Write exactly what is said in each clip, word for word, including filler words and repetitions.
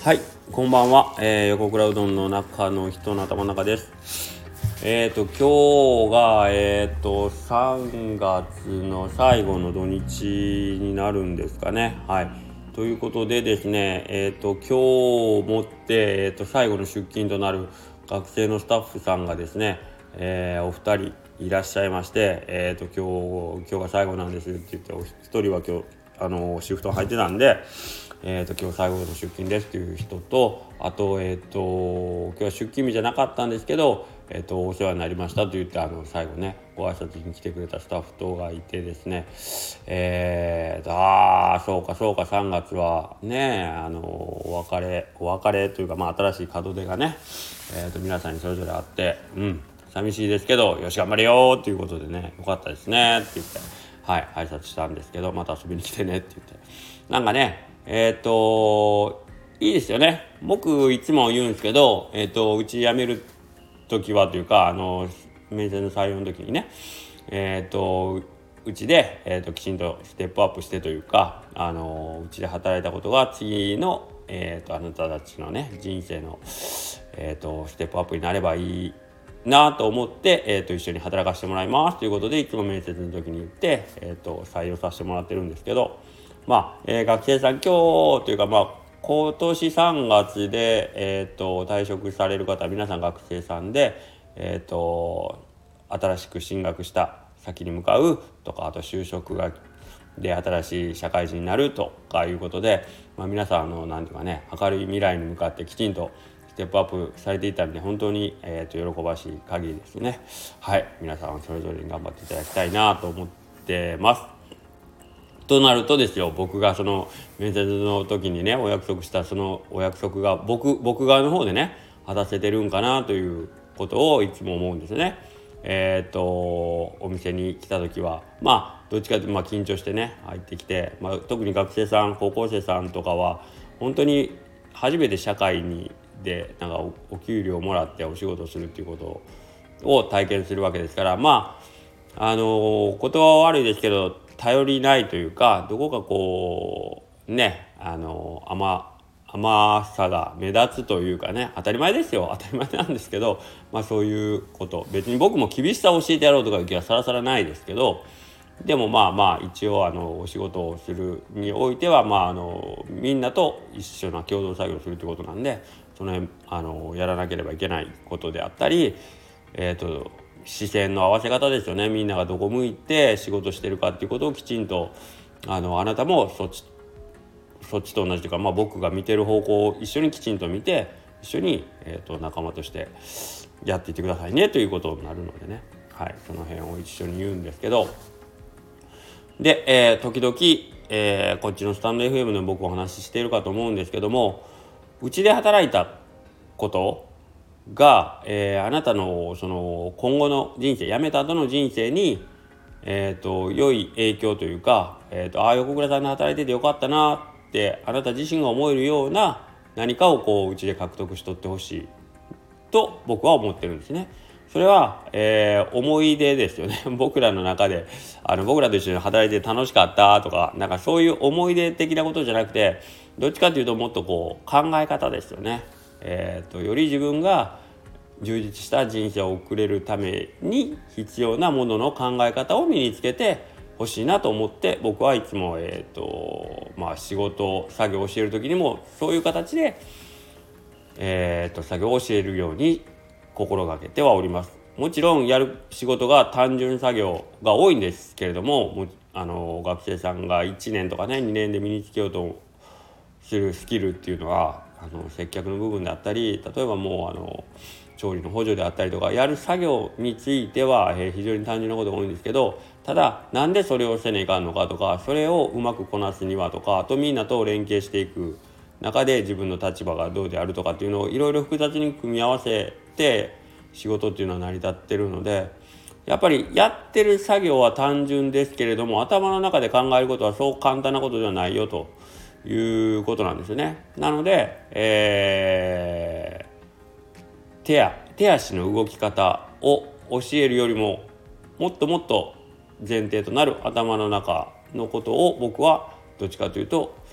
はい、こんばんは、えー、横倉うどんの中の人の頭の中です。えーと今日がえーとさんがつの最後の土日になるんですかね。はい、ということでですね、えーと今日をもって、えーと最後の出勤となる学生のスタッフさんがですね、えー、お二人いらっしゃいまして、えーと今日今日が最後なんですって言って、お一人は今日あのシフト入ってたんで、えー、と今日最後の出勤ですという人と、あと,、えー、と今日は出勤日じゃなかったんですけど、えー、とお世話になりましたと言ってあの最後ねご挨拶に来てくれたスタッフ等がいてですね、えーとああそうかそうかさんがつはねあのお別れお別れというか、まあ、新しい門出がね、えー、と皆さんにそれぞれあって、うん寂しいですけどよし頑張れよということでね、よかったですねって言ってはい挨拶したんですけど、また遊びに来てねって言って、なんかねえっ、ー、といいですよね。僕いつも言うんですけど、えっ、ー、とうち辞める時はというか、あの面接の採用の時にね、えっ、ー、とうちで、えー、ときちんとステップアップしてというか、あのうちで働いたことが次の、えー、とあなたたちのね人生の、えー、とステップアップになればいいなと思って、えー、と一緒に働かせてもらいますということで、いつも面接の時に言って、えー、と採用させてもらってるんですけど、まあ、えー、学生さん今日というか、まあ今年さんがつで、えー、と退職される方は皆さん学生さんで、えー、と新しく進学した先に向かうとか、あと就職がで新しい社会人になるとかいうことで、まあ、皆さんあのなんていうかね、明るい未来に向かってきちんとステップアップされていたので、本当に、えー、と喜ばしい限りですね。はい、皆さんそれぞれに頑張っていただきたいなと思ってます。となるとですよ、僕がその面接の時にねお約束したそのお約束が僕僕側の方でね果たせてるんかなということをいつも思うんですね。えっ、ー、とお店に来た時はまあどっちかというとまあ緊張してね入ってきて、まあ、特に学生さん高校生さんとかは本当に初めて社会にでなんか お, お給料をもらってお仕事をするっていうことを体験するわけですから、まああの言葉は悪いですけど頼りないというか、どこかこうねあの甘甘さが目立つというかね、当たり前ですよ、当たり前なんですけど、まあそういうこと、別に僕も厳しさを教えてやろうとかいう気はさらさらないですけど、でもまあまあ一応あのお仕事をするにおいては、まああのみんなと一緒な共同作業をするということなんで、その辺あのやらなければいけないことであったり、えっと視線の合わせ方ですよね。みんながどこ向いて仕事してるかっていうことをきちんと あのあなたもそっちそっちと同じというか、まあ、僕が見てる方向を一緒にきちんと見て一緒に、えー、と仲間としてやっていってくださいねということになるのでね、はい、その辺を一緒に言うんですけど、で、えー、時々、えー、こっちのスタンド エフエム で僕お話ししているかと思うんですけども、うちで働いたことが、えー、あなたのその今後の人生、辞めた後の人生に、えー、と良い影響というか、えー、とああ横倉さんで働いててよかったなってあなた自身が思えるような何かをこううちで獲得しとってほしいと僕は思ってるんですね。それは、えー、思い出ですよね。僕らの中であの僕らと一緒に働いて楽しかったとか、なんかそういう思い出的なことじゃなくて、どっちかというともっとこう考え方ですよね。えー、とより自分が充実した人生を送れるために必要なものの考え方を身につけてほしいなと思って、僕はいつも、えーとまあ、仕事作業を教える時にもそういう形で、えー、と作業を教えるように心がけてはおります。もちろんやる仕事が単純作業が多いんですけれども、もあの学生さんがいちねんとかねにねんで身につけようとするスキルっていうのはあの接客の部分であったり、例えばもうあの調理の補助であったりとか、やる作業については、えー、非常に単純なことが多いんですけど、ただなんでそれをせねえかんのかとか、それをうまくこなすにはとか、あとみんなと連携していく中で自分の立場がどうであるとかっていうのをいろいろ複雑に組み合わせて仕事っていうのは成り立ってるので、やっぱりやってる作業は単純ですけれども、頭の中で考えることはそう簡単なことではないよということなんですよね。なので、えー、手や手足の動き方を教えるよりももっともっと前提となる頭の中のことを僕はどっちかというと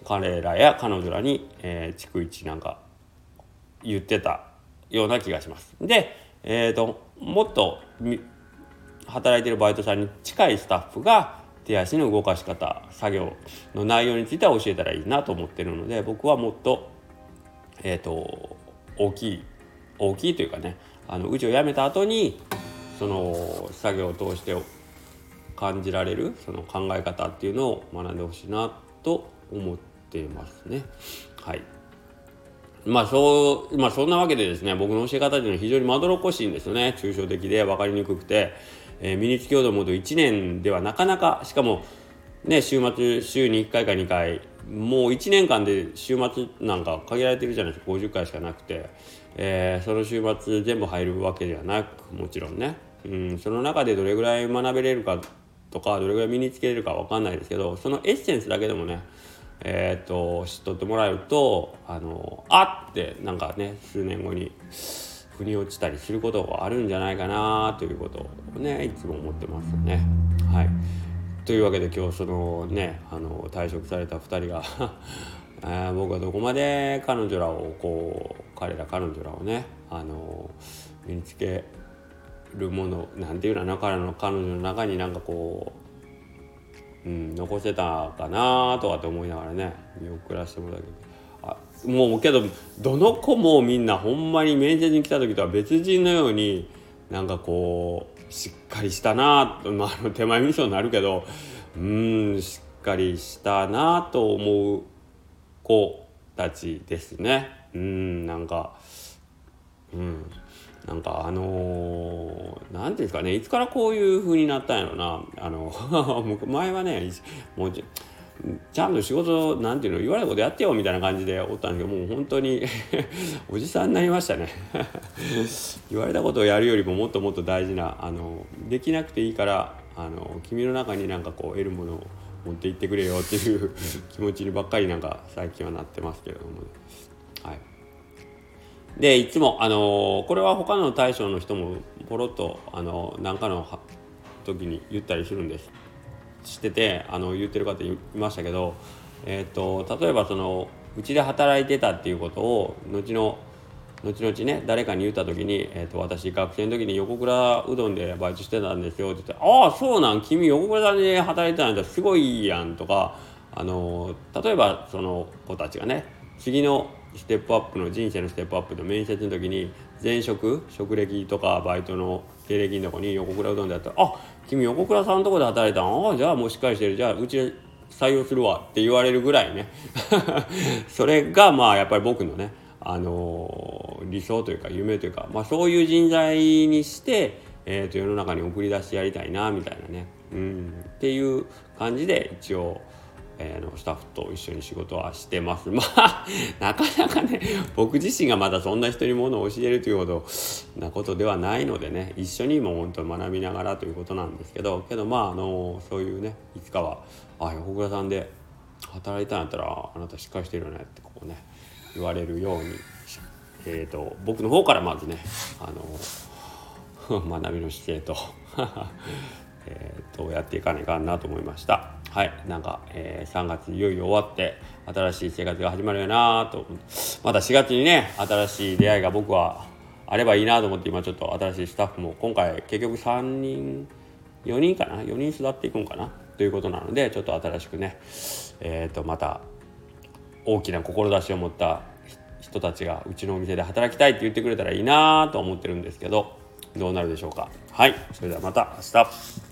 彼らや彼女らに、えー、逐一なんか言ってたような気がします。で、えーと、もっと働いてるバイトさんに近いスタッフが手足の動かし方、作業の内容については教えたらいいなと思ってるので、僕はもっと、えーと、大きい大きいというかね、あのうちを辞めた後にその作業を通して感じられるその考え方っていうのを学んでほしいなと思っていますね。はい。まあそう、まあそんなわけでですね、僕の教え方というのは非常にまどろっこしいんですよね。抽象的で分かりにくくて、えー、身につけようと思うといちねんではなかなか、しかもね、週末週にいっかいかにかい、もういちねんかんで週末なんか限られてるじゃないですか。ごじゅっかいしかなくて、えー、その週末全部入るわけではなく、もちろんね、うん、その中でどれぐらい学べれるかとか、どれぐらい身につけれるか分かんないですけど、そのエッセンスだけでもね、えー、っと知っとってもらえると、あのあってなんかね、数年後に腑に落ちたりすることがあるんじゃないかなということをね、いつも思ってますよね。はい。というわけで今日そのね、あの退職されたふたりが僕はどこまで彼女らをこう彼ら彼女らをね、あの身につけるものなんていうのは彼の彼女の中になんかこう、うん、残せたかなとかって思いながらね、見送らせてもらうけど、あもうけどどの子もみんなほんまに面接に来た時とは別人のようになんかこうしっかりしたなと、まあ、手前味噌になるけど、うーんしっかりしたなと思う子たちですね。うーんなんかうんなんかあのー、なんていうんですかね、いつからこういう風になったんやろな。あの前はね、もうちゃんと仕事なんていうの言われたことやってよみたいな感じでおったんですけど、もう本当におじさんになりましたね言われたことをやるよりももっともっと大事な、あのできなくていいからあの君の中になんかこう得るものを持っていってくれよっていう気持ちにばっかりなんか最近はなってますけれども、ね、はい。でいつもあのこれは他の大将の人もポロッとあの何かの時に言ったりするんですしてて、あの言ってる方いましたけど、えー、と例えばそのうちで働いてたっていうことを後の後々ね誰かに言った時に、えー、と私学生の時に横倉うどんでバイトしてたんですよって言って、ああそうなん、君横倉さんで働いてたんだ、すごいやんとか、あの例えばその子たちがね次のステップアップの人生のステップアップの面接の時に前職職歴とかバイトの経歴のとこに横倉うどんでやったら、あ君横倉さんのとこで働いたん、あじゃあもうしっかりしてる、じゃあうちで採用するわって言われるぐらいねそれがまあやっぱり僕のね、あのー、理想というか夢というか、まあ、そういう人材にして、えー、と世の中に送り出してやりたいなみたいなね、うんっていう感じで一応えー、のスタッフと一緒に仕事はしてます。まあなかなかね僕自身がまだそんな人にものを教えるというほどなことではないのでね、一緒にも本当に学びながらということなんですけど、けどまああのそういうねいつかはあ横倉さんで働いたんやったらあなたしっかりしてるよねってこうね言われるように、えー、と僕の方からまずねあの学びの姿勢とえー、とやっていかないかなと思いました。はい、なんか、えー、さんがついよいよ終わって新しい生活が始まるよなと、またしがつにね新しい出会いが僕はあればいいなと思って、今ちょっと新しいスタッフも今回結局さんにんよにんかなよにん育っていくんかなということなので、ちょっと新しくね、えー、とまた大きな志を持った人たちがうちのお店で働きたいって言ってくれたらいいなと思ってるんですけど、どうなるでしょうか。はい、それではまた明日。